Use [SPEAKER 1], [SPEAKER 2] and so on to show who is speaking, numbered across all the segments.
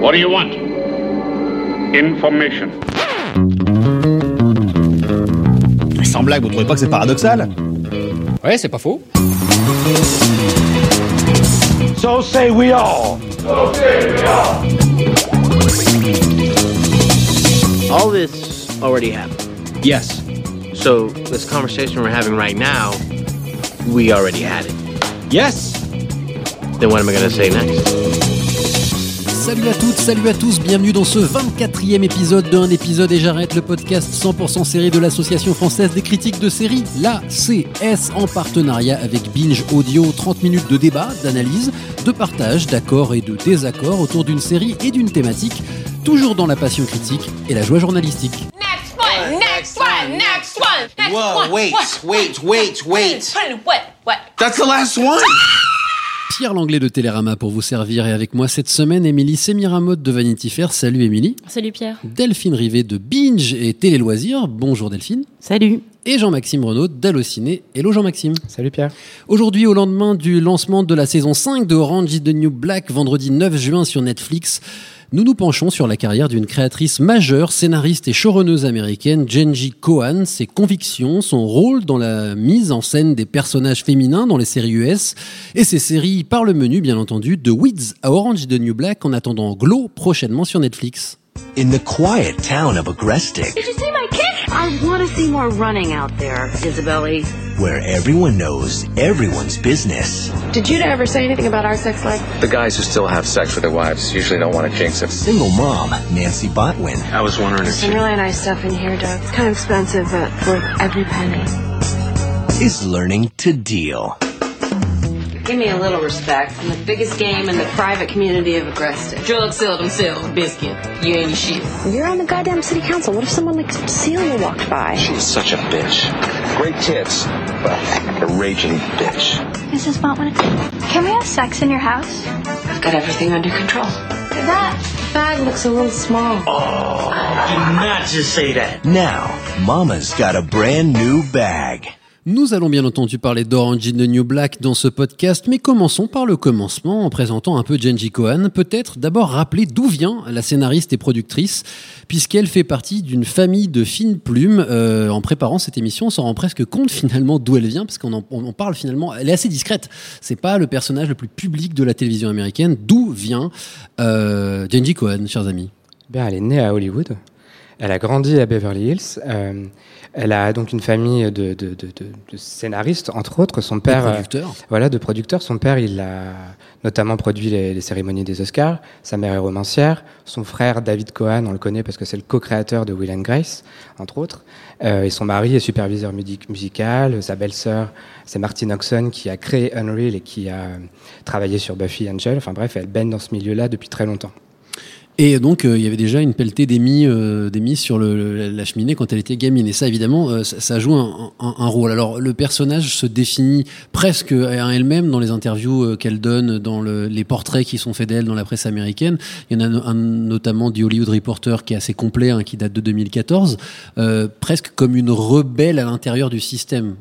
[SPEAKER 1] What do you want? Information.
[SPEAKER 2] Sans blague, vous trouvez pas que c'est paradoxal?
[SPEAKER 3] Ouais, c'est pas faux.
[SPEAKER 4] So say we all. So say we all.
[SPEAKER 5] All this already happened.
[SPEAKER 2] Yes.
[SPEAKER 5] So this conversation we're having right now, we already had it.
[SPEAKER 2] Yes.
[SPEAKER 5] Then what am I going to say next?
[SPEAKER 6] Salut à toutes, salut à tous, bienvenue dans ce 24e épisode de Un épisode et j'arrête, le podcast 100% série de l'Association française des critiques de séries, l'ACS, en partenariat avec Binge Audio. 30 minutes de débat, d'analyse, de partage, d'accords et de désaccords autour d'une série et d'une thématique, toujours dans la passion critique et la joie journalistique.
[SPEAKER 7] Next one, next one, next one, next
[SPEAKER 8] Whoa,
[SPEAKER 7] one.
[SPEAKER 8] wait.
[SPEAKER 7] What?
[SPEAKER 8] That's the last one.
[SPEAKER 6] Pierre Langlais de Télérama pour vous servir et avec moi cette semaine, Émilie Semiramoth de Vanity Fair. Salut Émilie.
[SPEAKER 9] Salut Pierre.
[SPEAKER 6] Delphine Rivet de Binge et Télé Loisirs. Bonjour Delphine.
[SPEAKER 9] Salut.
[SPEAKER 6] Et Jean-Maxime Renaud d'Allociné. Hello Jean-Maxime.
[SPEAKER 3] Salut Pierre.
[SPEAKER 6] Aujourd'hui, au lendemain du lancement de la saison 5 de Orange is the New Black, vendredi 9 juin sur Netflix, nous nous penchons sur la carrière d'une créatrice majeure, scénariste et showrunneuse américaine, Jenji Kohan, ses convictions, son rôle dans la mise en scène des personnages féminins dans les séries US et ses séries par le menu, bien entendu, de Weeds à Orange is the New Black en attendant Glow prochainement sur Netflix.
[SPEAKER 10] In the quiet town of Agrestic,
[SPEAKER 7] Did you see my kid?
[SPEAKER 11] I want to see more running out there, Isabelle.
[SPEAKER 10] where everyone knows everyone's business,
[SPEAKER 11] Did you ever say anything about our sex life?
[SPEAKER 12] The guys who still have sex with their wives usually don't want to jinx it.
[SPEAKER 10] single mom Nancy Botwin
[SPEAKER 12] I was wondering if
[SPEAKER 11] Some really nice stuff in here, Doug. It's kind of expensive, but worth every penny.
[SPEAKER 10] is learning to deal.
[SPEAKER 11] Give me a little respect from the biggest game in the private community of Agrestic.
[SPEAKER 7] Drugs sell themselves, biscuit. You ain't shit.
[SPEAKER 11] You're on the goddamn city council. What if someone like Celia walked by?
[SPEAKER 12] she's such a bitch. Great tits, but a raging bitch.
[SPEAKER 13] Mrs. Botwin, can we have sex in your house?
[SPEAKER 11] I've got everything under control.
[SPEAKER 13] That
[SPEAKER 11] Bag looks a little small.
[SPEAKER 8] Do not just say that.
[SPEAKER 10] Now, Mama's got a brand new bag.
[SPEAKER 6] Nous allons bien entendu parler d'Orange is the New Black dans ce podcast, mais commençons par le commencement en présentant un peu Jenji Kohan. Peut-être d'abord rappeler d'où vient la scénariste et productrice, puisqu'elle fait partie d'une famille de fines plumes. En préparant cette émission, on s'en rend presque compte finalement d'où elle vient, parce qu'on en parle finalement. Elle est assez discrète. C'est pas le personnage le plus public de la télévision américaine. D'où vient Jenji Kohan, chers amis?
[SPEAKER 3] Ben, elle est née à Hollywood. Elle a grandi à Beverly Hills. Elle a donc une famille de scénaristes, entre autres. Son père, de producteurs. Son père, il a notamment produit les cérémonies des Oscars. Sa mère est romancière. Son frère, David Kohan, on le connaît parce que c'est le co-créateur de Will and Grace, entre autres. Et son mari est superviseur musical. Sa belle-sœur, c'est Martine Oxon, qui a créé Unreal et qui a travaillé sur Buffy Angel. Enfin bref, elle baigne dans ce milieu-là depuis très longtemps.
[SPEAKER 6] Et donc, il y avait déjà une pelletée d'émis sur la cheminée quand elle était gamine. Et ça, évidemment, ça joue un rôle. Alors, le personnage se définit presque à elle-même dans les interviews qu'elle donne, dans les portraits qui sont faits d'elle dans la presse américaine. Il y en a un notamment du Hollywood Reporter qui est assez complet, qui date de 2014, presque comme une rebelle à l'intérieur du système.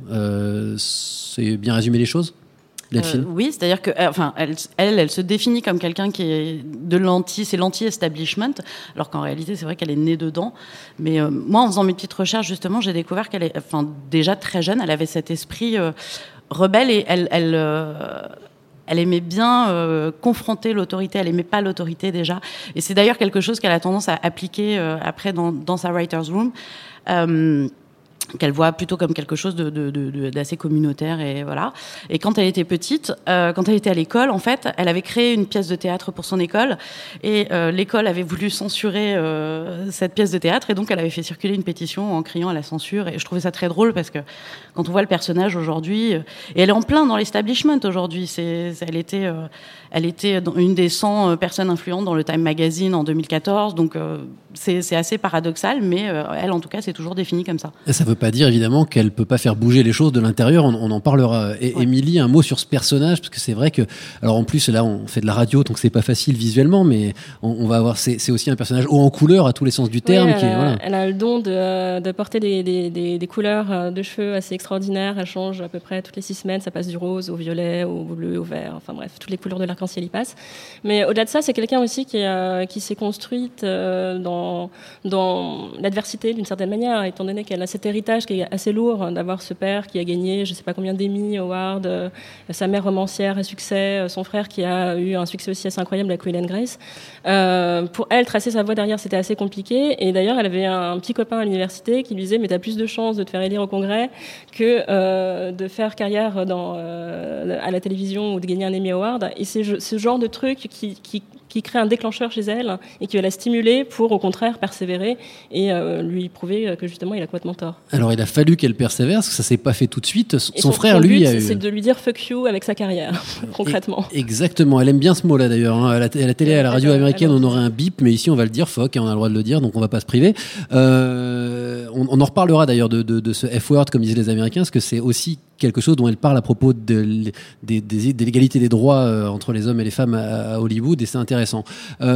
[SPEAKER 6] C'est bien résumé les choses ?
[SPEAKER 9] Oui, c'est-à-dire que, elle se définit comme quelqu'un qui est c'est l'anti-establishment, alors qu'en réalité, c'est vrai qu'elle est née dedans. Mais moi, en faisant mes petites recherches, justement, j'ai découvert qu'elle est, déjà très jeune, elle avait cet esprit rebelle et elle aimait bien confronter l'autorité. Elle aimait pas l'autorité déjà. Et c'est d'ailleurs quelque chose qu'elle a tendance à appliquer après dans sa writer's room. Qu'elle voit plutôt comme quelque chose d'assez communautaire et voilà. Et quand elle était petite, quand elle était à l'école, en fait, elle avait créé une pièce de théâtre pour son école et l'école avait voulu censurer cette pièce de théâtre et donc elle avait fait circuler une pétition en criant à la censure et je trouvais ça très drôle parce que quand on voit le personnage aujourd'hui, et elle est en plein dans l'establishment aujourd'hui, elle était une des 100 personnes influentes dans le Time Magazine en 2014, donc c'est assez paradoxal, mais elle en tout cas c'est toujours définie comme ça.
[SPEAKER 6] Ça veut veut pas dire évidemment qu'elle peut pas faire bouger les choses de l'intérieur, on en parlera. Et Émilie, un mot sur ce personnage, parce que c'est vrai que, alors en plus là on fait de la radio, donc c'est pas facile visuellement, mais on va avoir, c'est aussi un personnage haut en couleur à tous les sens du terme.
[SPEAKER 1] Oui, elle a le don de porter des couleurs de cheveux assez extraordinaires. Elle change à peu près toutes les 6 semaines, ça passe du rose au violet, au bleu, au vert, enfin bref, toutes les couleurs de l'arc-en-ciel y passent. Mais au-delà de ça, c'est quelqu'un aussi qui s'est construite dans l'adversité d'une certaine manière, étant donné qu'elle a cet héritage qui est assez lourd d'avoir ce père qui a gagné je sais pas combien d'Emmy Awards, sa mère romancière à succès, son frère qui a eu un succès aussi assez incroyable avec Will and Grace. Pour elle, tracer sa voie derrière, c'était assez compliqué. Et d'ailleurs, elle avait un petit copain à l'université qui lui disait « Mais t'as plus de chances de te faire élire au Congrès que de faire carrière à la télévision ou de gagner un Emmy Award. » Et c'est ce genre de truc qui crée un déclencheur chez elle et qui va la stimuler pour, au contraire, persévérer et lui prouver que, justement, il a complètement tort.
[SPEAKER 6] Alors, il a fallu qu'elle persévère, parce que ça s'est pas fait tout de suite. Son frère,
[SPEAKER 1] son
[SPEAKER 6] lui,
[SPEAKER 1] but,
[SPEAKER 6] a eu...
[SPEAKER 1] c'est de lui dire « fuck you » avec sa carrière, concrètement.
[SPEAKER 6] Exactement. Elle aime bien ce mot-là, d'ailleurs. À la télé, à la radio américaine, on aurait un bip, mais ici, on va le dire fuck, et on a le droit de le dire, donc on va pas se priver. On en reparlera, d'ailleurs, de ce F-word, comme disent les Américains, parce que c'est aussi quelque chose dont elle parle à propos de l'égalité des droits entre les hommes et les femmes à Hollywood, et c'est intéressant.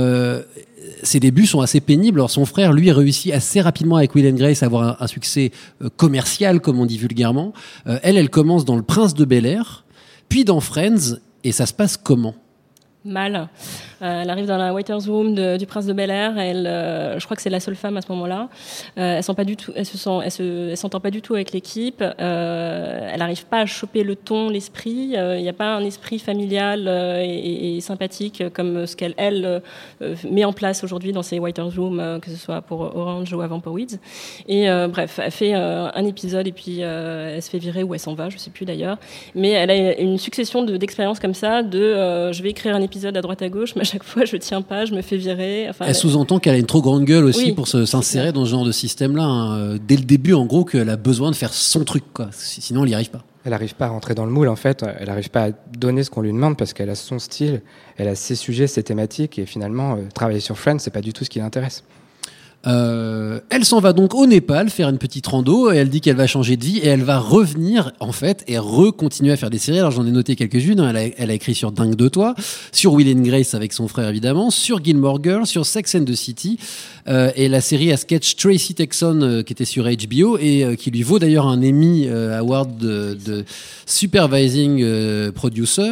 [SPEAKER 6] Ses débuts sont assez pénibles. Alors son frère, lui, réussit assez rapidement avec Will and Grace à avoir un succès commercial, comme on dit vulgairement. Elle commence dans Le Prince de Bel-Air, puis dans Friends, et ça se passe comment ?
[SPEAKER 1] Mal. Elle arrive dans la waiter's room du Prince de Bel-Air. Je crois que c'est la seule femme à ce moment-là. Elle s'entend pas du tout avec l'équipe. Elle n'arrive pas à choper le ton, l'esprit. Il n'y a pas un esprit familial et sympathique comme ce qu'elle met en place aujourd'hui dans ses waiter's rooms, que ce soit pour Orange ou avant pour Weeds. Et bref, elle fait un épisode et puis elle se fait virer ou elle s'en va, je sais plus d'ailleurs. Mais elle a une succession d'expériences comme ça. Je vais écrire un épisode à droite à gauche, mais à chaque fois je tiens pas, je me fais virer. Enfin,
[SPEAKER 6] elle sous-entend qu'elle a une trop grande gueule aussi pour s'insérer dans ce genre de système-là. Dès le début, en gros, qu'elle a besoin de faire son truc, quoi. Sinon, elle n'y arrive pas.
[SPEAKER 3] Elle n'arrive pas à rentrer dans le moule, en fait. Elle n'arrive pas à donner ce qu'on lui demande parce qu'elle a son style, elle a ses sujets, ses thématiques, et finalement, travailler sur Friends, c'est pas du tout ce qui l'intéresse.
[SPEAKER 6] Elle s'en va donc au Népal faire une petite rando et elle dit qu'elle va changer de vie et elle va revenir en fait et continuer à faire des séries. Alors j'en ai noté quelques-unes. Elle a écrit sur Dingue de toi, sur Will and Grace avec son frère évidemment, sur Gilmore Girls, sur Sex and the City et la série à sketch Tracy Texon qui était sur HBO et qui lui vaut d'ailleurs un Emmy Award de Supervising Producer.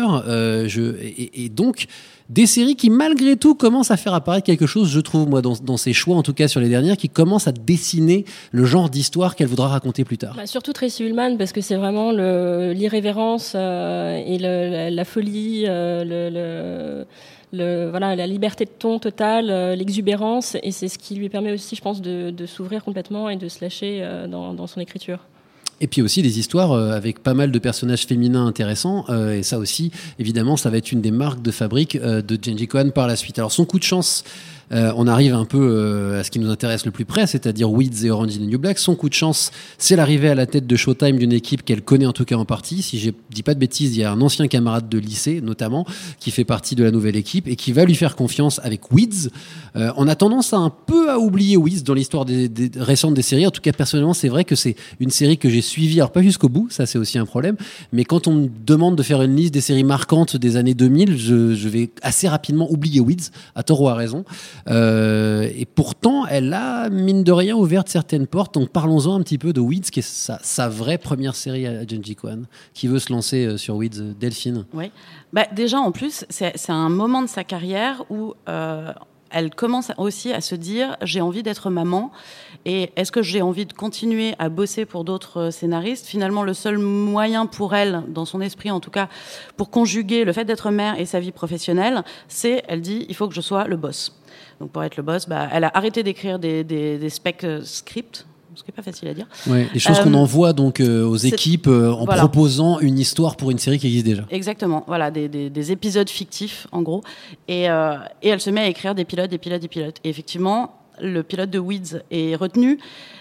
[SPEAKER 6] Et donc des séries qui, malgré tout, commencent à faire apparaître quelque chose, je trouve, moi, dans ses choix, en tout cas sur les dernières, qui commencent à dessiner le genre d'histoire qu'elle voudra raconter plus tard.
[SPEAKER 1] Surtout Tracy Ullman, parce que c'est vraiment l'irrévérence et la folie, la liberté de ton totale, l'exubérance, et c'est ce qui lui permet aussi, je pense, de s'ouvrir complètement et de se lâcher dans son écriture.
[SPEAKER 6] Et puis aussi des histoires avec pas mal de personnages féminins intéressants. Et ça aussi, évidemment, ça va être une des marques de fabrique de Jenji Kohan par la suite. Alors son coup de chance, on arrive un peu à ce qui nous intéresse le plus près, c'est-à-dire Weeds et Orange is the New Black. Son coup de chance, c'est l'arrivée à la tête de Showtime d'une équipe qu'elle connaît en tout cas en partie. Si je dis pas de bêtises, il y a un ancien camarade de lycée, notamment, qui fait partie de la nouvelle équipe et qui va lui faire confiance avec Weeds. On a tendance un peu à oublier Weeds dans l'histoire récente des séries. En tout cas, personnellement, c'est vrai que c'est une série que j'ai suivie, alors pas jusqu'au bout, ça c'est aussi un problème, mais quand on me demande de faire une liste des séries marquantes des années 2000, je vais assez rapidement oublier Weeds, à tort ou à raison. Et pourtant, elle a, mine de rien, ouvert certaines portes. Donc parlons-en un petit peu de Weeds, qui est sa vraie première série à Jenji Kohan. Qui veut se lancer sur Weeds? Delphine?
[SPEAKER 9] Oui. Déjà, en plus, c'est un moment de sa carrière où elle commence aussi à se dire « j'ai envie d'être maman ». Et est-ce que j'ai envie de continuer à bosser pour d'autres scénaristes ? Finalement, le seul moyen pour elle, dans son esprit en tout cas, pour conjuguer le fait d'être mère et sa vie professionnelle, c'est, elle dit, il faut que je sois le boss. Donc pour être le boss, elle a arrêté d'écrire des spec scripts, ce qui n'est pas facile à dire.
[SPEAKER 6] Ouais, les choses qu'on envoie donc aux équipes en proposant une histoire pour une série qui existe déjà.
[SPEAKER 9] Exactement, voilà, des épisodes fictifs en gros. Et elle se met à écrire des pilotes. Et effectivement, le pilote de Weeds est retenu.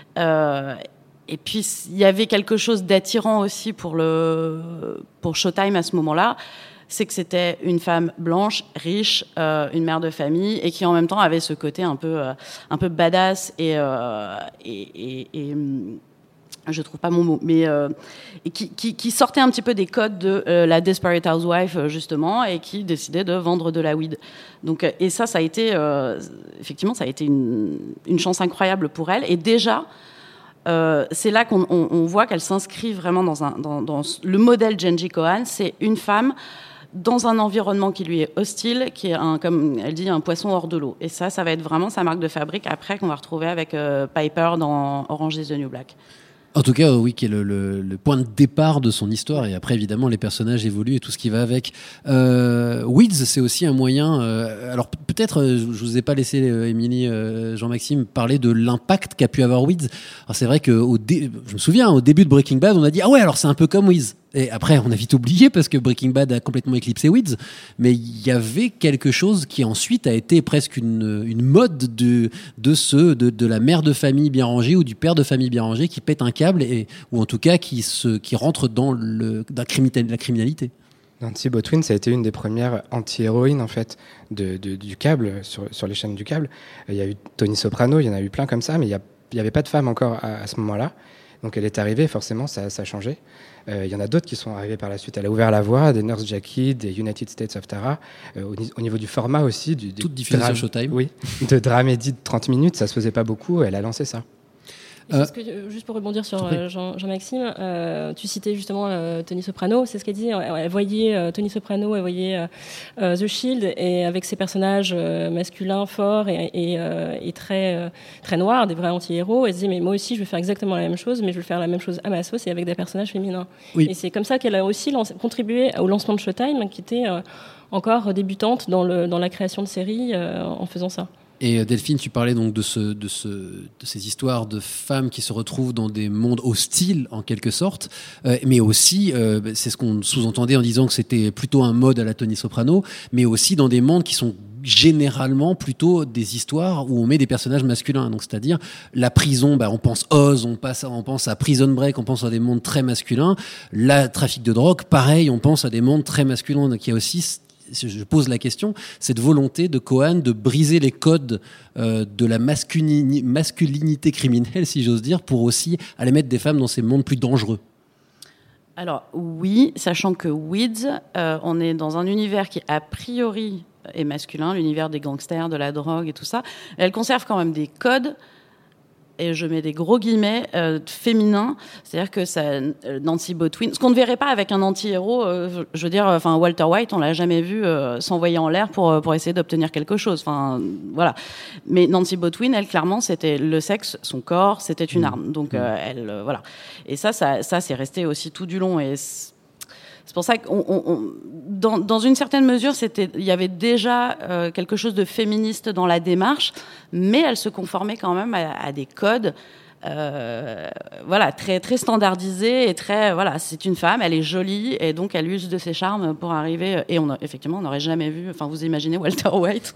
[SPEAKER 9] Et puis, il y avait quelque chose d'attirant aussi pour Showtime à ce moment-là. C'est que c'était une femme blanche, riche, une mère de famille, et qui en même temps avait ce côté un peu badass et je trouve pas mon mot, mais qui sortait un petit peu des codes de la Desperate Housewife justement, et qui décidait de vendre de la weed. Donc, et ça a été effectivement, ça a été une chance incroyable pour elle. Et déjà, c'est là qu'on voit qu'elle s'inscrit vraiment dans le modèle Jenji Kohan. C'est une femme dans un environnement qui lui est hostile, qui est, comme elle dit, un poisson hors de l'eau. Et ça va être vraiment sa marque de fabrique après qu'on va retrouver avec Piper dans Orange is the New Black.
[SPEAKER 6] En tout cas, oui, qui est le point de départ de son histoire. Et après, évidemment, les personnages évoluent et tout ce qui va avec. Weeds, c'est aussi un moyen... alors, peut-être, je vous ai pas laissé, Émilie, Jean-Maxime, parler de l'impact qu'a pu avoir Weeds. Alors, c'est vrai que je me souviens, au début de Breaking Bad, on a dit « Ah ouais, alors c'est un peu comme Weeds ». Et après, on a vite oublié parce que Breaking Bad a complètement éclipsé Weeds. Mais il y avait quelque chose qui ensuite a été presque une mode de la mère de famille bien rangée ou du père de famille bien rangé qui pète un câble ou en tout cas qui rentre dans la criminalité.
[SPEAKER 3] Nancy Botwin, ça a été une des premières anti-héroïnes en fait du câble sur les chaînes du câble. Il y a eu Tony Soprano, il y en a eu plein comme ça, mais il y avait pas de femme encore à ce moment-là. Donc elle est arrivée, forcément, ça a changé. Il y en a d'autres qui sont arrivés par la suite. Elle a ouvert la voie, des Nurse Jackie, des United States of Tara. Au niveau du format aussi.
[SPEAKER 6] Toute diffusée sur Showtime.
[SPEAKER 3] Oui, de dramédie de 30 minutes, ça se faisait pas beaucoup. Elle a lancé ça.
[SPEAKER 1] Juste pour rebondir sur Jean-Maxime, tu citais justement Tony Soprano, c'est ce qu'elle dit. Elle voyait Tony Soprano, elle voyait The Shield, et avec ses personnages masculins forts et très très noirs, des vrais anti-héros, elle se dit mais moi aussi je vais faire exactement la même chose, mais je vais faire la même chose à ma sauce et avec des personnages féminins. Oui. Et c'est comme ça qu'elle a aussi contribué au lancement de Showtime, qui était encore débutante dans la création de séries en faisant ça.
[SPEAKER 6] Et Delphine, tu parlais donc de ces histoires de femmes qui se retrouvent dans des mondes hostiles en quelque sorte, mais aussi, c'est ce qu'on sous-entendait en disant que c'était plutôt un mode à la Tony Soprano, mais aussi dans des mondes qui sont généralement plutôt des histoires où on met des personnages masculins. Donc, c'est-à-dire la prison, on pense Oz, on pense à Prison Break, on pense à des mondes très masculins. La trafic de drogue, pareil, on pense à des mondes très masculins. Donc, il y a aussi, je pose la question, cette volonté de Kohan de briser les codes de la masculinité criminelle, si j'ose dire, pour aussi aller mettre des femmes dans ces mondes plus dangereux.
[SPEAKER 9] Alors oui, sachant que Weeds, on est dans un univers qui a priori est masculin, l'univers des gangsters, de la drogue et tout ça. Elle conserve quand même des codes, et je mets des gros guillemets, féminins. C'est-à-dire que Nancy Botwin, ce qu'on ne verrait pas avec un anti-héros, je veux dire, Walter White, on l'a jamais vu s'envoyer en l'air pour essayer d'obtenir quelque chose. Voilà. Mais Nancy Botwin, elle, clairement, c'était le sexe, son corps, c'était une arme. Donc, elle, voilà. Et ça, c'est resté aussi tout du long. Et c'est pour ça que, dans une certaine mesure, il y avait déjà quelque chose de féministe dans la démarche, mais elle se conformait quand même à des codes, voilà, très très standardisés et très, voilà, c'est une femme, elle est jolie et donc elle use de ses charmes pour arriver. Et effectivement, on n'aurait jamais vu. Enfin, vous imaginez Walter White.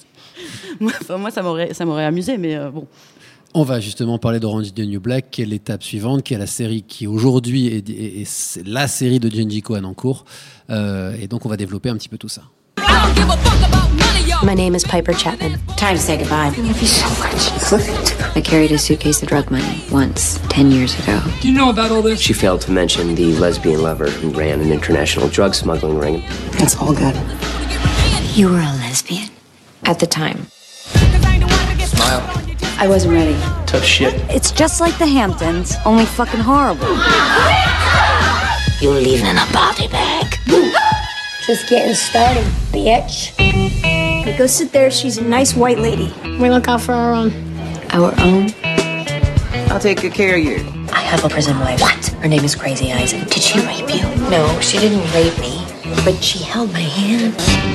[SPEAKER 9] Moi, ça m'aurait amusé, mais bon.
[SPEAKER 6] On va justement parler d'Orange is the New Black, qui est l'étape suivante, qui est la série qui aujourd'hui est la série de Jenji Kohan en cours. Et donc on va développer un petit peu tout ça.
[SPEAKER 14] My name is Piper Chapman. Time to say goodbye. I love you so much. I carried a suitcase of drug money once, 10 years ago.
[SPEAKER 15] Do you know about all this?
[SPEAKER 5] She failed to mention the lesbian lover who ran an international drug smuggling ring.
[SPEAKER 14] That's all good. You were a lesbian at the time.
[SPEAKER 5] Smile.
[SPEAKER 14] I wasn't ready.
[SPEAKER 5] Tough shit.
[SPEAKER 14] It's just like the Hamptons, only fucking horrible.
[SPEAKER 16] You're leaving in a body bag.
[SPEAKER 13] Just getting started, bitch.
[SPEAKER 16] Okay, go sit there. She's a nice white lady.
[SPEAKER 13] We look out for our own.
[SPEAKER 14] Our own?
[SPEAKER 17] I'll take good care of you.
[SPEAKER 14] I have a prison wife.
[SPEAKER 16] What?
[SPEAKER 14] Her name is Crazy Eyes.
[SPEAKER 16] Did she rape you?
[SPEAKER 14] No, she didn't rape me, but she held my hand.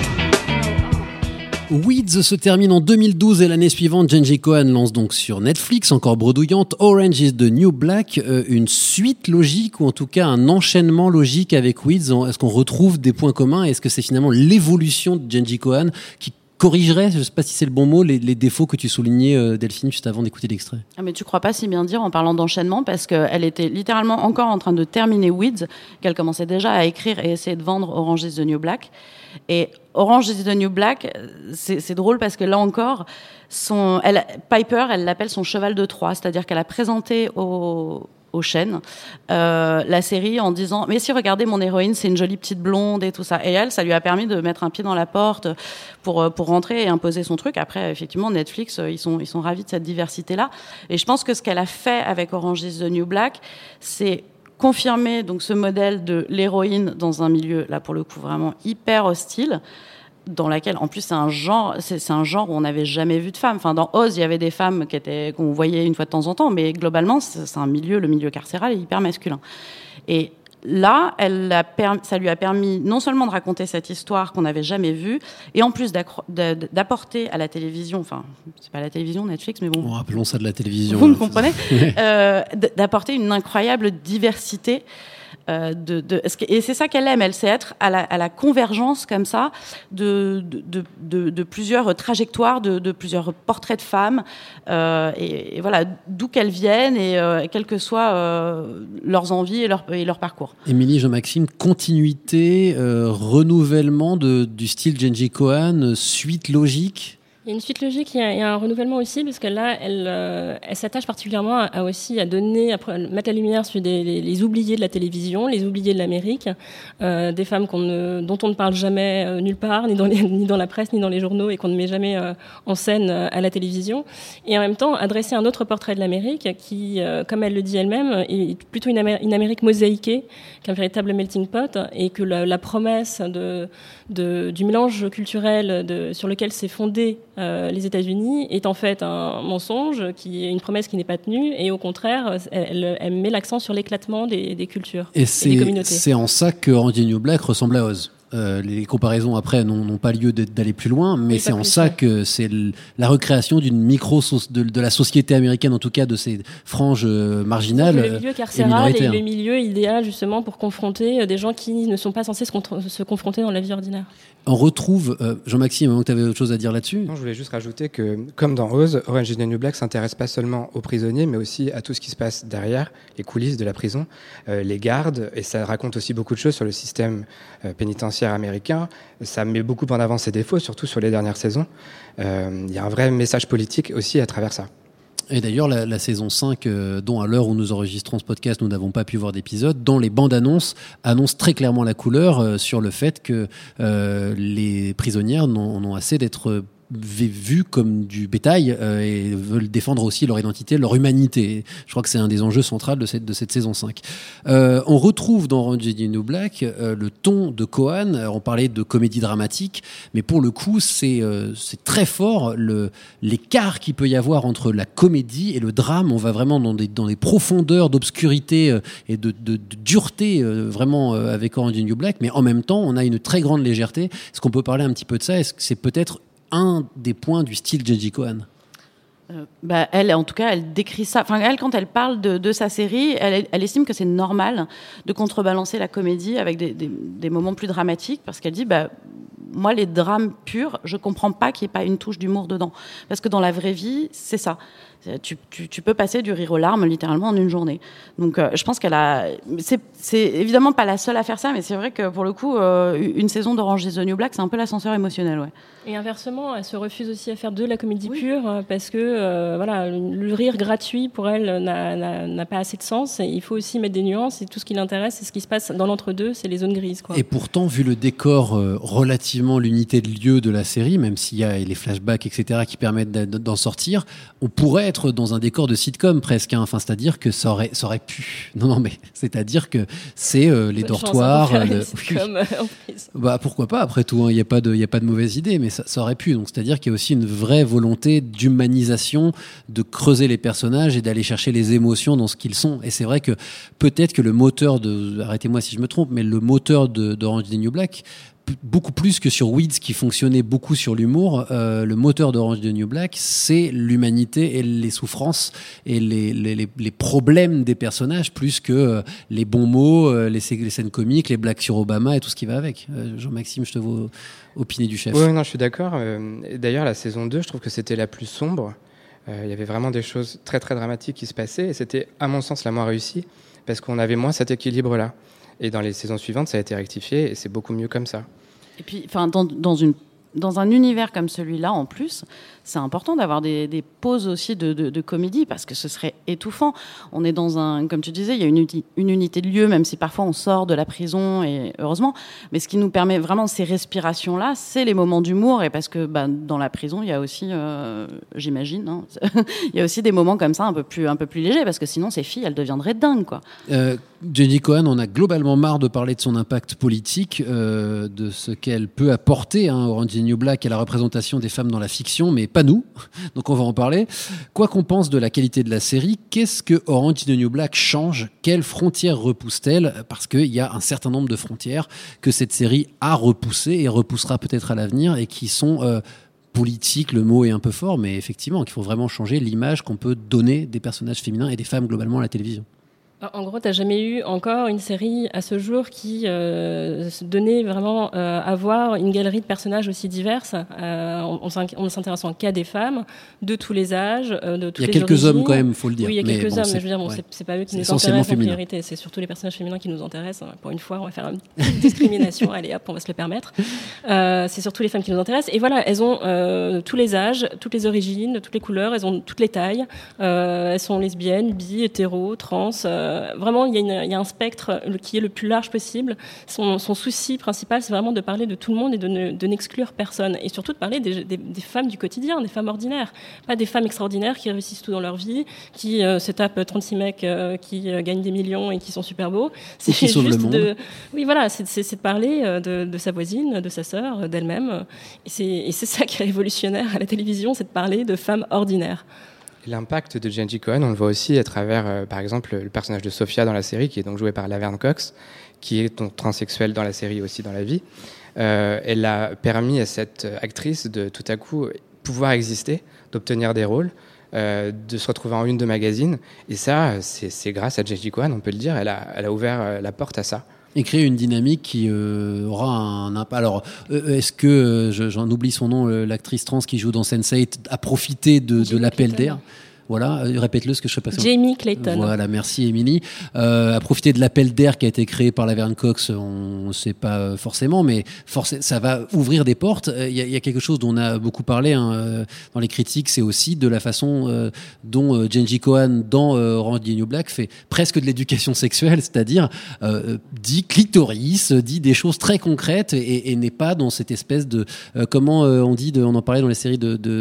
[SPEAKER 6] Weeds se termine en 2012 et l'année suivante, Jenji Kohan lance donc sur Netflix, encore bredouillante, Orange is the New Black, une suite logique ou en tout cas un enchaînement logique avec Weeds. Est-ce qu'on retrouve des points communs? Est-ce que c'est finalement l'évolution de Jenji Kohan qui corrigerait, je ne sais pas si c'est le bon mot, les défauts que tu soulignais, Delphine, juste avant d'écouter l'extrait?
[SPEAKER 9] Ah, mais tu crois pas si bien dire en parlant d'enchaînement, parce qu'elle était littéralement encore en train de terminer Weeds, qu'elle commençait déjà à écrire et essayer de vendre Orange is the New Black. Et Orange is the New Black, c'est drôle parce que là encore, Piper, elle l'appelle son cheval de Troie, c'est-à-dire qu'elle a présenté au aux chaînes la série en disant mais si regardez mon héroïne c'est une jolie petite blonde et tout ça, et elle ça lui a permis de mettre un pied dans la porte pour rentrer et imposer son truc. Après effectivement Netflix ils sont ravis de cette diversité là, et je pense que ce qu'elle a fait avec Orange is the New Black c'est confirmer donc ce modèle de l'héroïne dans un milieu là pour le coup vraiment hyper hostile, dans laquelle, en plus, c'est un genre où on n'avait jamais vu de femmes. Enfin, dans Oz, il y avait des femmes qu'on voyait une fois de temps en temps, mais globalement, c'est un milieu, le milieu carcéral est hyper masculin. Et là, ça lui a permis non seulement de raconter cette histoire qu'on n'avait jamais vue, et en plus d'apporter à la télévision, enfin, c'est pas la télévision, Netflix, mais bon.
[SPEAKER 6] Bon, appelons ça de la télévision.
[SPEAKER 9] Vous me comprenez, d'apporter une incroyable diversité. Et c'est ça qu'elle aime, elle sait être à la convergence comme ça de plusieurs trajectoires, de plusieurs portraits de femmes, et voilà, d'où qu'elles viennent et quelles que soient leurs envies et leur parcours.
[SPEAKER 6] Émilie, Jean-Maxime, continuité, renouvellement du style Jenji Kohan, suite logique?
[SPEAKER 1] Il y a une suite logique, il y a un renouvellement aussi, parce que là, elle s'attache particulièrement à mettre la lumière sur les oubliés de la télévision, les oubliés de l'Amérique, des femmes dont on ne parle jamais nulle part, ni dans la presse, ni dans les journaux, et qu'on ne met jamais en scène à la télévision. Et en même temps, adresser un autre portrait de l'Amérique qui, comme elle le dit elle-même, est plutôt une Amérique mosaïquée qu'un véritable melting pot, et que la promesse du mélange culturel sur lequel s'est fondé les États-Unis est en fait un mensonge, qui est une promesse qui n'est pas tenue, et au contraire, elle met l'accent sur l'éclatement des cultures et des communautés.
[SPEAKER 6] C'est en ça que Orange is the New Black ressemble à Oz. Les comparaisons après n'ont pas lieu d'aller plus loin, mais c'est en ça que c'est la recréation d'une de la société américaine, en tout cas de ces franges marginales.
[SPEAKER 1] Le milieu carcéral est le milieu idéal justement pour confronter des gens qui ne sont pas censés se confronter dans la vie ordinaire.
[SPEAKER 6] On retrouve, Jean-Maxime, tu avais autre chose à dire là-dessus?
[SPEAKER 3] Non, je voulais juste rajouter que, comme dans Oz, Orange is the New Black s'intéresse pas seulement aux prisonniers, mais aussi à tout ce qui se passe derrière, les coulisses de la prison, les gardes, et ça raconte aussi beaucoup de choses sur le système pénitentiaire américain. Ça met beaucoup en avant ses défauts, surtout sur les dernières saisons. Il y a un vrai message politique aussi à travers ça.
[SPEAKER 6] Et d'ailleurs, la saison 5, dont à l'heure où nous enregistrons ce podcast, nous n'avons pas pu voir d'épisode, dans les bandes annonce très clairement la couleur sur le fait que les prisonnières n'ont assez d'être vus comme du bétail et veulent défendre aussi leur identité, leur humanité. Je crois que c'est un des enjeux centraux de cette saison 5. On retrouve dans Orange is the New Black le ton de Kohan. On parlait de comédie dramatique, mais pour le coup, c'est très fort l'écart qu'il peut y avoir entre la comédie et le drame. On va vraiment dans des profondeurs d'obscurité et de dureté vraiment avec Orange is the New Black, mais en même temps, on a une très grande légèreté. Est-ce qu'on peut parler un petit peu de ça? Est-ce que c'est peut-être un des points du style Jenji Kohan?
[SPEAKER 9] Elle, en tout cas, elle décrit ça. Enfin, elle, quand elle parle de sa série, elle estime que c'est normal de contrebalancer la comédie avec des moments plus dramatiques, parce qu'elle dit, moi, les drames purs, je comprends pas qu'il n'y ait pas une touche d'humour dedans, parce que dans la vraie vie, c'est ça. Tu peux passer du rire aux larmes littéralement en une journée. Donc je pense c'est évidemment pas la seule à faire ça, mais c'est vrai que pour le coup une saison d'Orange is the New Black, c'est un peu l'ascenseur émotionnel, ouais.
[SPEAKER 1] Et inversement, elle se refuse aussi à faire de la comédie pure, parce que le rire gratuit pour elle n'a pas assez de sens, et il faut aussi mettre des nuances, et tout ce qui l'intéresse, c'est ce qui se passe dans l'entre-deux, c'est les zones grises, quoi.
[SPEAKER 6] Et pourtant, vu le décor, relativement l'unité de lieu de la série, même s'il y a les flashbacks, etc., qui permettent d'en sortir, on pourrait être dans un décor de sitcom presque, hein. Enfin, c'est-à-dire que ça aurait pu. Non, mais c'est-à-dire que c'est les dortoirs. Pourquoi pas, après tout, hein, il y a pas de mauvaise idée, mais ça aurait pu. Donc, c'est-à-dire qu'il y a aussi une vraie volonté d'humanisation, de creuser les personnages et d'aller chercher les émotions dans ce qu'ils sont. Et c'est vrai que peut-être que le moteur arrêtez-moi si je me trompe, mais le moteur d'Orange is the New Black, beaucoup plus que sur Weeds qui fonctionnait beaucoup sur l'humour, le moteur d'Orange is the New Black, c'est l'humanité et les souffrances et les problèmes des personnages, plus que les bons mots, les scènes comiques, les blagues sur Obama et tout ce qui va avec. Jean-Maxime, je te vois opiner du chef.
[SPEAKER 3] Oui, non, je suis d'accord. D'ailleurs, la saison 2, je trouve que c'était la plus sombre. Il y avait vraiment des choses très très dramatiques qui se passaient, et c'était à mon sens la moins réussie, parce qu'on avait moins cet équilibre-là. Et dans les saisons suivantes, ça a été rectifié, et c'est beaucoup mieux comme ça.
[SPEAKER 9] Et puis, dans une dans un univers comme celui-là, en plus, c'est important d'avoir des pauses aussi de comédie, parce que ce serait étouffant. On est dans comme tu disais, il y a une unité de lieu, même si parfois on sort de la prison, et heureusement. Mais ce qui nous permet vraiment ces respirations-là, c'est les moments d'humour, et parce que dans la prison, il y a aussi, j'imagine, hein, il y a aussi des moments comme ça un peu plus légers, parce que sinon ces filles, elles deviendraient dingues, quoi.
[SPEAKER 6] Jenny Cohen, on a globalement marre de parler de son impact politique, de ce qu'elle peut apporter, Orange is the New Black, à la représentation des femmes dans la fiction, mais pas nous. Donc on va en parler. Quoi qu'on pense de la qualité de la série, qu'est-ce que Orange is the New Black change ? Quelles frontières repousse-t-elle ? Parce qu'il y a un certain nombre de frontières que cette série a repoussées et repoussera peut-être à l'avenir, et qui sont politiques, le mot est un peu fort, mais effectivement, qu'il faut vraiment changer l'image qu'on peut donner des personnages féminins et des femmes globalement à la télévision.
[SPEAKER 1] En gros, t'as jamais eu encore une série à ce jour qui se donnait vraiment à voir une galerie de personnages aussi diverses, en s'intéressant qu'à des femmes de tous les âges, de toutes les origines.
[SPEAKER 6] Il y a quelques hommes quand même, faut le dire.
[SPEAKER 1] Oui, il y a quelques hommes, mais je veux dire, c'est pas eux qui nous intéressent en priorité. C'est surtout les personnages féminins qui nous intéressent. Pour une fois, on va faire une petite discrimination. Allez, hop, on va se le permettre. C'est surtout les femmes qui nous intéressent. Et voilà, elles ont tous les âges, toutes les origines, toutes les couleurs. Elles ont toutes les tailles. Elles sont lesbiennes, bi, hétéro, trans. Vraiment, il y a un spectre qui est le plus large possible. Son souci principal, c'est vraiment de parler de tout le monde et de n'exclure personne. Et surtout de parler des femmes du quotidien, des femmes ordinaires. Pas des femmes extraordinaires qui réussissent tout dans leur vie, qui se tapent 36 mecs qui gagnent des millions et qui sont super beaux.
[SPEAKER 6] C'est juste
[SPEAKER 1] Oui, voilà, c'est de parler de sa voisine, de sa sœur, d'elle-même. Et c'est ça qui est révolutionnaire à la télévision, c'est de parler de femmes ordinaires.
[SPEAKER 3] L'impact de Jenny Cohen, on le voit aussi à travers, par exemple, le personnage de Sophia dans la série, qui est donc joué par Laverne Cox, qui est donc transsexuelle dans la série et aussi dans la vie. Elle a permis à cette actrice de tout à coup pouvoir exister, d'obtenir des rôles, de se retrouver en une de magazine. Et ça, c'est grâce à Jenny Cohen, on peut le dire. Elle a ouvert la porte à ça.
[SPEAKER 6] Et créer une dynamique qui aura un impact. Alors, est-ce que, j'en oublie son nom, l'actrice trans qui joue dans Sense8, a profité de l'appel d'air ? Voilà, répète-le, ce que je serais pas sûr.
[SPEAKER 1] Jamie Clayton.
[SPEAKER 6] Voilà, merci Émilie. A profité de l'appel d'air qui a été créé par Laverne Cox, on ne sait pas forcément, mais ça va ouvrir des portes. Il y a quelque chose dont on a beaucoup parlé dans les critiques, c'est aussi de la façon dont Jenny Cohen dans Orange is the New Black fait presque de l'éducation sexuelle, c'est-à-dire dit clitoris, dit des choses très concrètes et n'est pas dans cette espèce de comment on en parlait dans les séries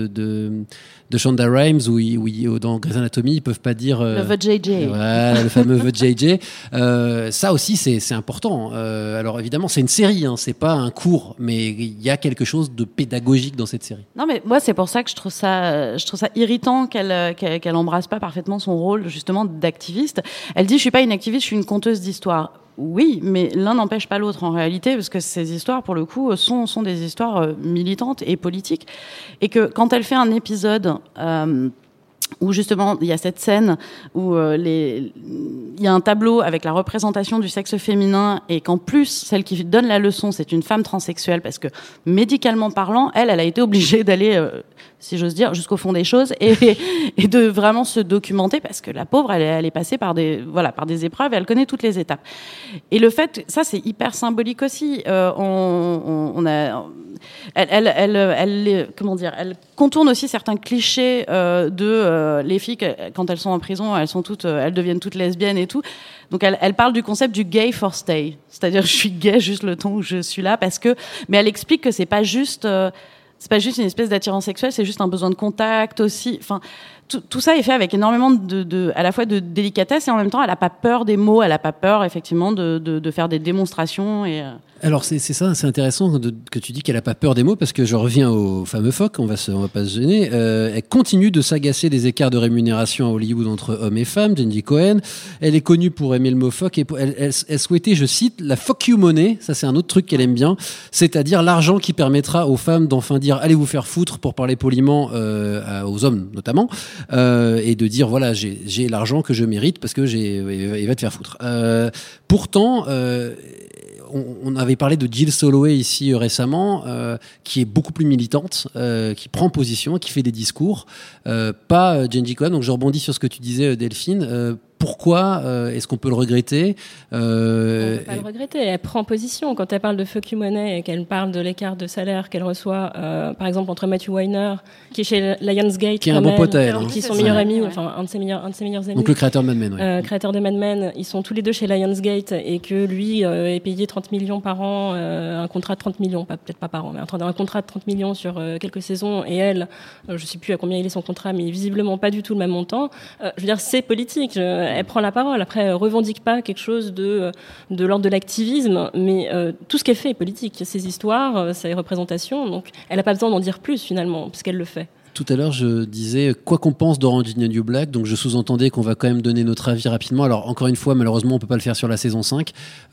[SPEAKER 6] de Shonda Rhimes où dans Grey's Anatomy ils peuvent pas dire
[SPEAKER 9] le VJJ.
[SPEAKER 6] Voilà, le fameux VJJ. Ça aussi c'est important. Alors évidemment c'est une série, c'est pas un cours, mais il y a quelque chose de pédagogique dans cette série.
[SPEAKER 9] Non mais moi c'est pour ça que je trouve ça irritant qu'elle embrasse pas parfaitement son rôle justement d'activiste. Elle dit je suis pas une activiste, je suis une conteuse d'histoire. Oui, mais l'un n'empêche pas l'autre en réalité, parce que ces histoires, pour le coup, sont des histoires militantes et politiques. Et que quand elle fait un épisode où justement il y a cette scène où il y a un tableau avec la représentation du sexe féminin et qu'en plus celle qui donne la leçon c'est une femme transsexuelle parce que médicalement parlant elle a été obligée d'aller si j'ose dire jusqu'au fond des choses et de vraiment se documenter parce que la pauvre elle est passée par des épreuves et elle connaît toutes les étapes et le fait ça c'est hyper symbolique aussi elle contourne aussi certains clichés les filles quand elles sont en prison, elles deviennent toutes lesbiennes et tout. Donc elle parle du concept du gay for stay, c'est-à-dire je suis gay juste le temps où je suis là mais elle explique que c'est pas juste une espèce d'attirance sexuelle, c'est juste un besoin de contact aussi. Enfin, tout ça est fait avec énormément à la fois de délicatesse et en même temps, elle a pas peur des mots, elle a pas peur effectivement de faire des démonstrations et.
[SPEAKER 6] Alors c'est ça, c'est intéressant que tu dis qu'elle a pas peur des mots parce que je reviens au fameux phoque, on va pas se gêner. Elle continue de s'agacer des écarts de rémunération à Hollywood entre hommes et femmes. Jenny Cohen, elle est connue pour aimer le mot phoque et elle souhaitait, je cite, la fuck you money. Ça c'est un autre truc qu'elle aime bien, c'est-à-dire l'argent qui permettra aux femmes d'enfin dire allez vous faire foutre pour parler poliment aux hommes notamment et de dire voilà j'ai l'argent que je mérite parce que il va te faire foutre. Pourtant on avait parlé de Jill Soloway ici récemment, qui est beaucoup plus militante, qui prend position, qui fait des discours, pas Jenny Cohen. Donc je rebondis sur ce que tu disais, Delphine. Pourquoi est-ce qu'on peut le regretter
[SPEAKER 1] On ne peut pas le regretter. Elle prend position quand elle parle de Fuck You Money et qu'elle parle de l'écart de salaire qu'elle reçoit, par exemple entre Matthew Weiner, qui est chez Lionsgate,
[SPEAKER 6] qui est un bon pote à elle,
[SPEAKER 1] qui est son meilleur ami, enfin un de ses meilleurs amis.
[SPEAKER 6] Donc le créateur de Mad Men.
[SPEAKER 1] Créateur de Mad Men, ils sont tous les deux chez Lionsgate et que lui est payé 30 millions par an, un contrat de 30 millions, peut-être pas par an, mais un contrat de 30 millions sur quelques saisons. Et elle, je ne sais plus à combien il est son contrat, mais visiblement pas du tout le même montant. Je veux dire, c'est politique. Elle prend la parole. Après, elle revendique pas quelque chose de l'ordre de l'activisme, mais tout ce qu'elle fait est politique. Ses histoires, ses représentations. Donc, elle n'a pas besoin d'en dire plus finalement, puisqu'elle le fait.
[SPEAKER 6] Tout à l'heure, je disais quoi qu'on pense d'Orange is the New Black, donc je sous-entendais qu'on va quand même donner notre avis rapidement. Alors, encore une fois, malheureusement, on peut pas le faire sur la saison 5.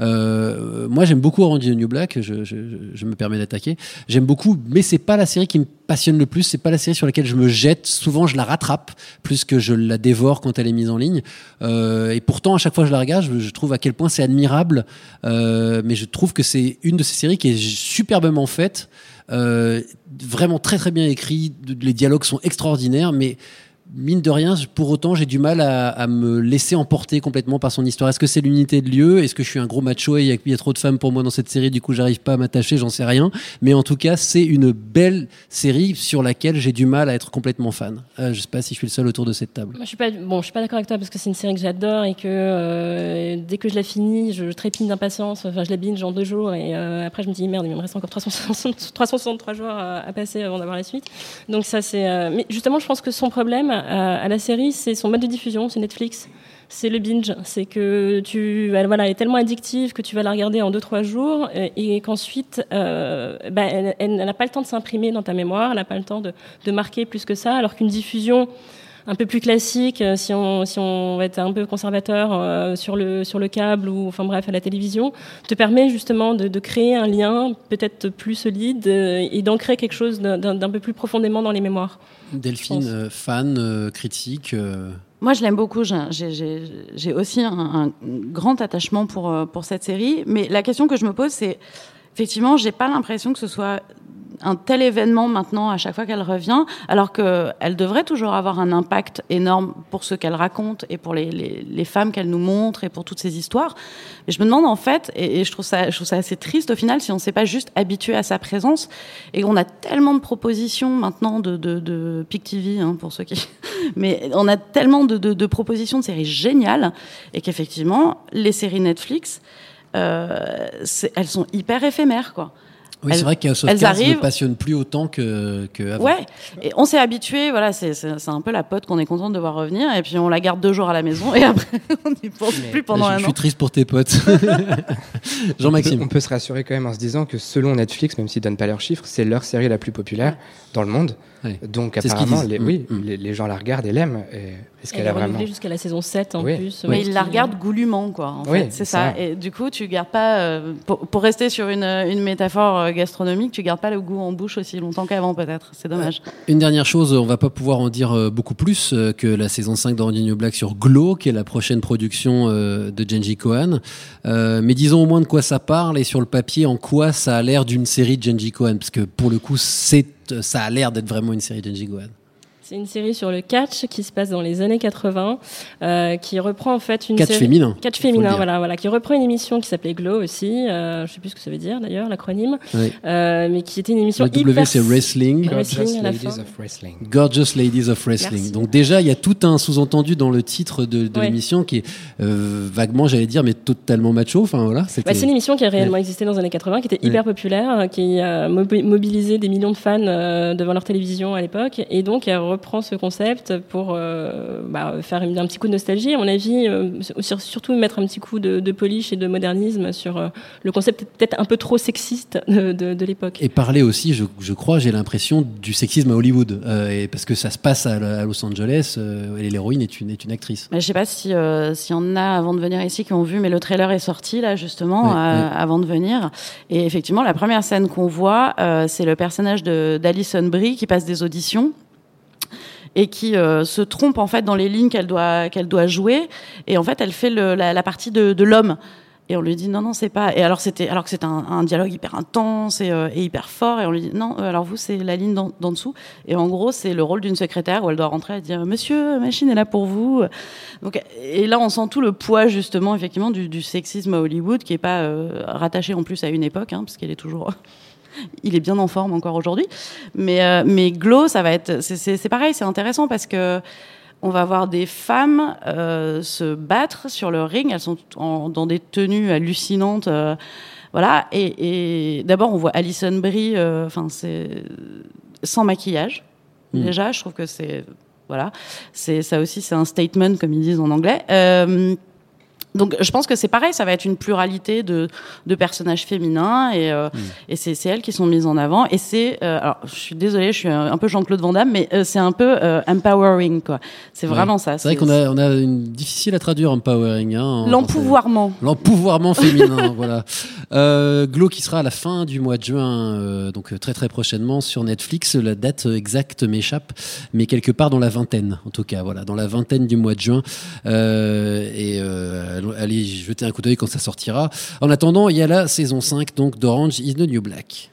[SPEAKER 6] Moi, j'aime beaucoup Orange is the New Black, je me permets d'attaquer. J'aime beaucoup, mais c'est pas la série qui me passionne le plus, c'est pas la série sur laquelle je me jette. Souvent, je la rattrape plus que je la dévore quand elle est mise en ligne. Et pourtant, à chaque fois que je la regarde, je trouve à quel point c'est admirable. Mais je trouve que c'est une de ces séries qui est superbement faite. Vraiment très très bien écrit, les dialogues sont extraordinaires, mais mine de rien, pour autant, j'ai du mal à me laisser emporter complètement par son histoire. Est-ce que c'est l'unité de lieu ? Est-ce que je suis un gros macho et il y a trop de femmes pour moi dans cette série, du coup j'arrive pas à m'attacher, j'en sais rien. Mais en tout cas, c'est une belle série sur laquelle j'ai du mal à être complètement fan. Je sais pas si je suis le seul autour de cette table.
[SPEAKER 1] Moi, je suis pas d'accord avec toi parce que c'est une série que j'adore et que dès que je la finis, je trépigne d'impatience. Enfin, je la binge en 2 jours et après je me dis merde, il me reste encore 363 jours à passer avant d'avoir la suite. Donc ça c'est. Mais justement, je pense que son problème à la série, c'est son mode de diffusion, c'est Netflix, c'est le binge, c'est que elle est tellement addictive que tu vas la regarder en 2-3 jours et qu'ensuite elle n'a pas le temps de s'imprimer dans ta mémoire, elle n'a pas le temps de marquer plus que ça, alors qu'une diffusion un peu plus classique, si on va être un peu conservateur sur le câble ou enfin bref à la télévision, te permet justement de créer un lien peut-être plus solide et d'ancrer quelque chose d'un peu plus profondément dans les mémoires.
[SPEAKER 6] Delphine, fan, critique.
[SPEAKER 9] Moi, je l'aime beaucoup. J'ai aussi un grand attachement pour cette série. Mais la question que je me pose, c'est effectivement, j'ai pas l'impression que ce soit un tel événement maintenant à chaque fois qu'elle revient, alors qu'elle devrait toujours avoir un impact énorme pour ce qu'elle raconte et pour les femmes qu'elle nous montre et pour toutes ces histoires. Mais je me demande en fait, et je trouve ça assez triste au final, si on ne s'est pas juste habitué à sa présence et qu'on a tellement de propositions maintenant de PIC TV, pour ceux qui... Mais on a tellement de propositions de séries géniales et qu'effectivement, les séries Netflix, elles sont hyper éphémères, quoi.
[SPEAKER 6] Oui, c'est vrai qu'House of Cards ne me passionne plus autant qu'avant.
[SPEAKER 9] Ouais, et on s'est habitué, voilà, c'est un peu la pote qu'on est contente de voir revenir, et puis on la garde 2 jours à la maison, et après on n'y pense plus pendant un an.
[SPEAKER 6] Je suis triste pour tes potes. Jean-Maxime.
[SPEAKER 3] On peut se rassurer quand même en se disant que selon Netflix, même s'ils ne donnent pas leurs chiffres, c'est leur série la plus populaire dans le monde. Ouais. Donc c'est apparemment, les gens la regardent et l'aiment. Est-ce qu'elle a vraiment
[SPEAKER 1] jusqu'à la saison 7 en plus.
[SPEAKER 9] Mais ils la regardent goulûment, quoi. En fait, c'est ça. Et du coup, tu gardes pas, pour rester sur une métaphore gastronomique, tu gardes pas le goût en bouche aussi longtemps qu'avant, peut-être. C'est dommage.
[SPEAKER 6] Une dernière chose, on va pas pouvoir en dire beaucoup plus que la saison 5 d'Orange is the New Black sur Glow, qui est la prochaine production de Jenji Kohan. Mais disons au moins de quoi ça parle et sur le papier, en quoi ça a l'air d'une série de Jenji Kohan, parce que pour le coup, ça a l'air d'être vraiment une série de Jenji Kohan.
[SPEAKER 1] C'est une série sur le catch qui se passe dans les années 80, qui reprend en fait une
[SPEAKER 6] catch
[SPEAKER 1] série...
[SPEAKER 6] féminin.
[SPEAKER 1] Catch féminin, voilà, qui reprend une émission qui s'appelait Glow aussi. Je sais plus ce que ça veut dire d'ailleurs, l'acronyme,
[SPEAKER 6] oui.
[SPEAKER 1] Mais qui était une émission
[SPEAKER 6] le W, c'est Wrestling.
[SPEAKER 3] Gorgeous Ladies of Wrestling.
[SPEAKER 6] Gorgeous Ladies of Wrestling.
[SPEAKER 1] Merci.
[SPEAKER 6] Donc déjà, il y a tout un sous-entendu dans le titre de l'émission qui est vaguement, j'allais dire, mais totalement macho. Enfin voilà.
[SPEAKER 1] C'est une émission qui a réellement existé dans les années 80, qui était hyper populaire, qui a mobilisé des millions de fans devant leur télévision à l'époque, et donc elle reprend ce concept pour faire un petit coup de nostalgie, à mon avis, surtout mettre un petit coup de polish et de modernisme sur le concept peut-être un peu trop sexiste de l'époque.
[SPEAKER 6] Et parler aussi, je crois, j'ai l'impression du sexisme à Hollywood, et parce que ça se passe à Los Angeles, et l'héroïne est une actrice.
[SPEAKER 9] Mais je sais pas si y en a avant de venir ici qui ont vu, mais le trailer est sorti là justement avant de venir, et effectivement la première scène qu'on voit, c'est le personnage d'Alison Brie qui passe des auditions et qui se trompe en fait dans les lignes qu'elle doit jouer, et en fait elle fait la partie de l'homme. Et on lui dit non, c'est pas. Et alors que c'était un dialogue hyper intense et hyper fort. Et on lui dit non, alors vous, c'est la ligne d'en dessous. Et en gros, c'est le rôle d'une secrétaire où elle doit rentrer et dire monsieur, machine est là pour vous. Donc, et là, on sent tout le poids, justement, effectivement, du sexisme à Hollywood, qui est pas rattaché en plus à une époque, hein, parce qu'il est toujours. Il est bien en forme encore aujourd'hui. Mais Glow, ça va être. C'est pareil, c'est intéressant parce que. On va voir des femmes se battre sur le ring. Elles sont dans des tenues hallucinantes. Voilà. Et d'abord, on voit Alison Brie c'est sans maquillage. Déjà, je trouve que c'est... Voilà. Ça aussi, c'est un statement, comme ils disent en anglais. Donc, je pense que c'est pareil, ça va être une pluralité de personnages féminins et c'est elles qui sont mises en avant. Et c'est, alors, je suis désolée, je suis un peu Jean-Claude Van Damme, mais c'est un peu empowering, quoi. C'est vraiment ça.
[SPEAKER 6] C'est vrai qu'on a une difficile à traduire empowering. Hein,
[SPEAKER 9] l'empouvoirment.
[SPEAKER 6] L'empouvoirment féminin, voilà. Glow qui sera à la fin du mois de juin, donc très très prochainement sur Netflix. La date exacte m'échappe, mais quelque part dans la vingtaine, en tout cas, voilà, dans la vingtaine du mois de juin. Allez jeter un coup d'œil quand ça sortira. En attendant, il y a la saison 5 donc d'Orange is the New Black.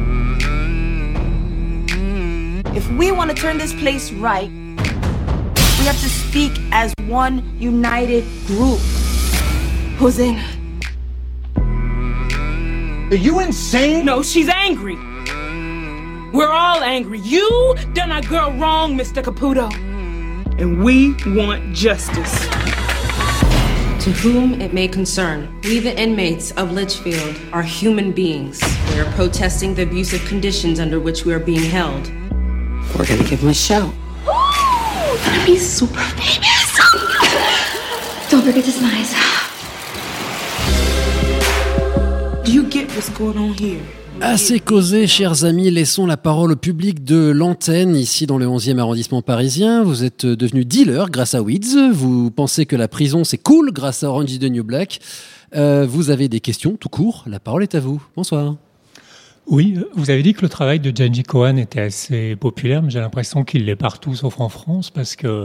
[SPEAKER 16] If we want to turn this place right, we have to speak as one united group. Hosanna.
[SPEAKER 8] Are you insane?
[SPEAKER 15] No, she's angry. We're all angry. You done our girl wrong, Mr. Caputo. And we want justice.
[SPEAKER 11] To whom it may concern, we the inmates of Litchfield are human beings. We are protesting the abusive conditions under which we are being held. We're gonna give them a show.
[SPEAKER 16] It's gonna be super famous. Don't forget to smile.
[SPEAKER 15] Do you get what's going on here?
[SPEAKER 6] Assez causé, chers amis, laissons la parole au public de l'antenne, ici dans le 11e arrondissement parisien. Vous êtes devenu dealer grâce à Weeds. Vous pensez que la prison, c'est cool grâce à Orange is the New Black. Vous avez des questions, tout court. La parole est à vous. Bonsoir.
[SPEAKER 18] Oui, vous avez dit que le travail de Jenji Kohan était assez populaire, mais j'ai l'impression qu'il l'est partout sauf en France, parce que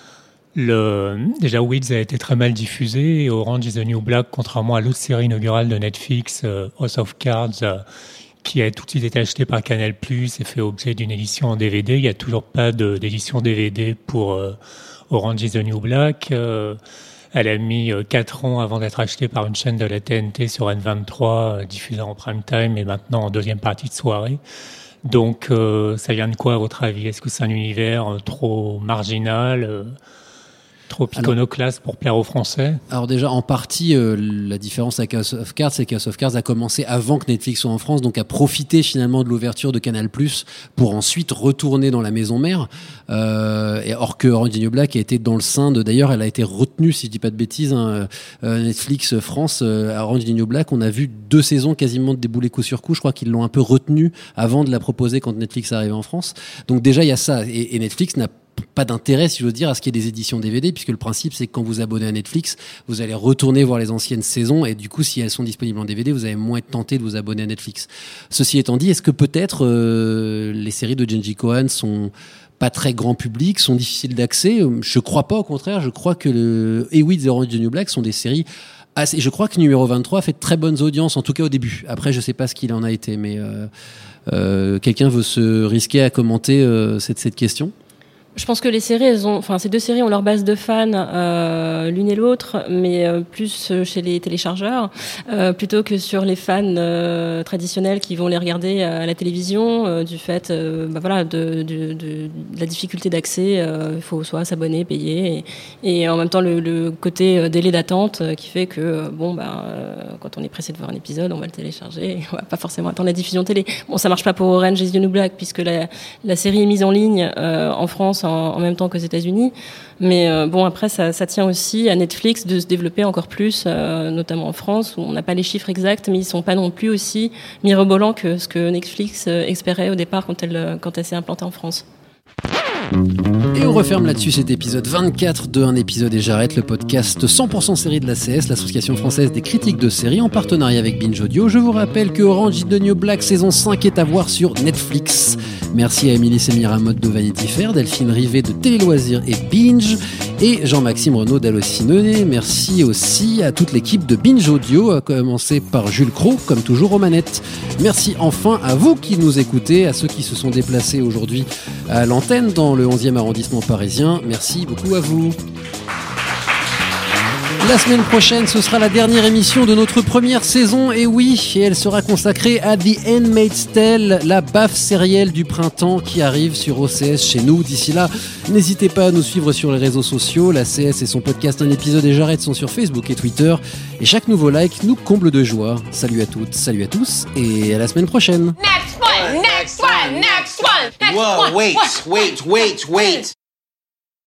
[SPEAKER 18] déjà Weeds a été très mal diffusé, et Orange is the New Black, contrairement à l'autre série inaugurale de Netflix, House of Cards, qui a tout de suite été acheté par Canal+, et fait objet d'une édition en DVD. Il n'y a toujours pas d'édition DVD pour Orange is the New Black. Elle a mis 4 ans avant d'être achetée par une chaîne de la TNT sur N23, diffusée en prime time et maintenant en deuxième partie de soirée. Donc, ça vient de quoi, à votre avis? Est-ce que c'est un univers trop marginal, trop iconoclaste pour plaire aux Français? Alors déjà, en partie, la différence avec House of Cards, c'est que House of Cards a commencé avant que Netflix soit en France, donc a profité finalement de l'ouverture de Canal+, pour ensuite retourner dans la maison mère. Et or que Orange is the New Black a été dans le sein de... D'ailleurs, elle a été retenue, si je dis pas de bêtises, Netflix France, à Orange is the New Black, on a vu 2 saisons quasiment débouler coup sur coup. Je crois qu'ils l'ont un peu retenue avant de la proposer quand Netflix arrive en France. Donc déjà, il y a ça. Et Netflix n'a pas d'intérêt, si je veux dire, à ce qu'il y ait des éditions DVD, puisque le principe, c'est que quand vous abonnez à Netflix, vous allez retourner voir les anciennes saisons, et du coup, si elles sont disponibles en DVD, vous allez moins être tenté de vous abonner à Netflix. Ceci étant dit, est-ce que peut-être les séries de Jenji Kohan sont pas très grand public, sont difficiles d'accès? Je crois pas, au contraire, je crois que Weeds et Orange is the New Black sont des séries assez... Je crois que numéro 23 a fait de très bonnes audiences, en tout cas au début. Après, je sais pas ce qu'il en a été, mais quelqu'un veut se risquer à commenter cette question?
[SPEAKER 1] Je pense que les séries, ces 2 séries ont leur base de fans, l'une et l'autre, mais plus chez les téléchargeurs, plutôt que sur les fans traditionnels qui vont les regarder à la télévision, du fait, de la difficulté d'accès. Il faut soit s'abonner, payer, et en même temps le côté délai d'attente qui fait que quand on est pressé de voir un épisode, on va le télécharger, et on va pas forcément attendre la diffusion télé. Bon, ça marche pas pour Orange is the New Black puisque la série est mise en ligne en France en même temps qu'aux États-Unis, mais après ça tient aussi à Netflix de se développer encore plus, notamment en France où on n'a pas les chiffres exacts, mais ils sont pas non plus aussi mirobolants que ce que Netflix espérait au départ quand elle s'est implantée en France.
[SPEAKER 6] Et on referme là-dessus cet épisode 24 de Un épisode et j'arrête, le podcast 100% série de l'ACS, l'association française des critiques de séries, en partenariat avec Binge Audio. Je vous rappelle que Orange is the New Black saison 5 est à voir sur Netflix. Merci à Émilie Semiramoth de Vanity Fair, Delphine Rivet de Télé Loisirs et Binge. et Jean-Maxime Renaud d'Allociné. Merci aussi à toute l'équipe de Binge Audio, à commencer par Jules Cros, comme toujours aux manettes. Merci enfin à vous qui nous écoutez, à ceux qui se sont déplacés aujourd'hui à l'antenne dans le 11e arrondissement parisien. Merci beaucoup à vous. La semaine prochaine, ce sera la dernière émission de notre première saison, et oui, et elle sera consacrée à The Handmaid's Tale, la baffe sérielle du printemps qui arrive sur OCS chez nous. D'ici là, n'hésitez pas à nous suivre sur les réseaux sociaux. La CS et son podcast Un épisode et j'arrête sont sur Facebook et Twitter, et chaque nouveau like nous comble de joie. Salut à toutes, salut à tous, et à la semaine prochaine.
[SPEAKER 7] Next one, next one, next one, next one.
[SPEAKER 12] Whoa, wait.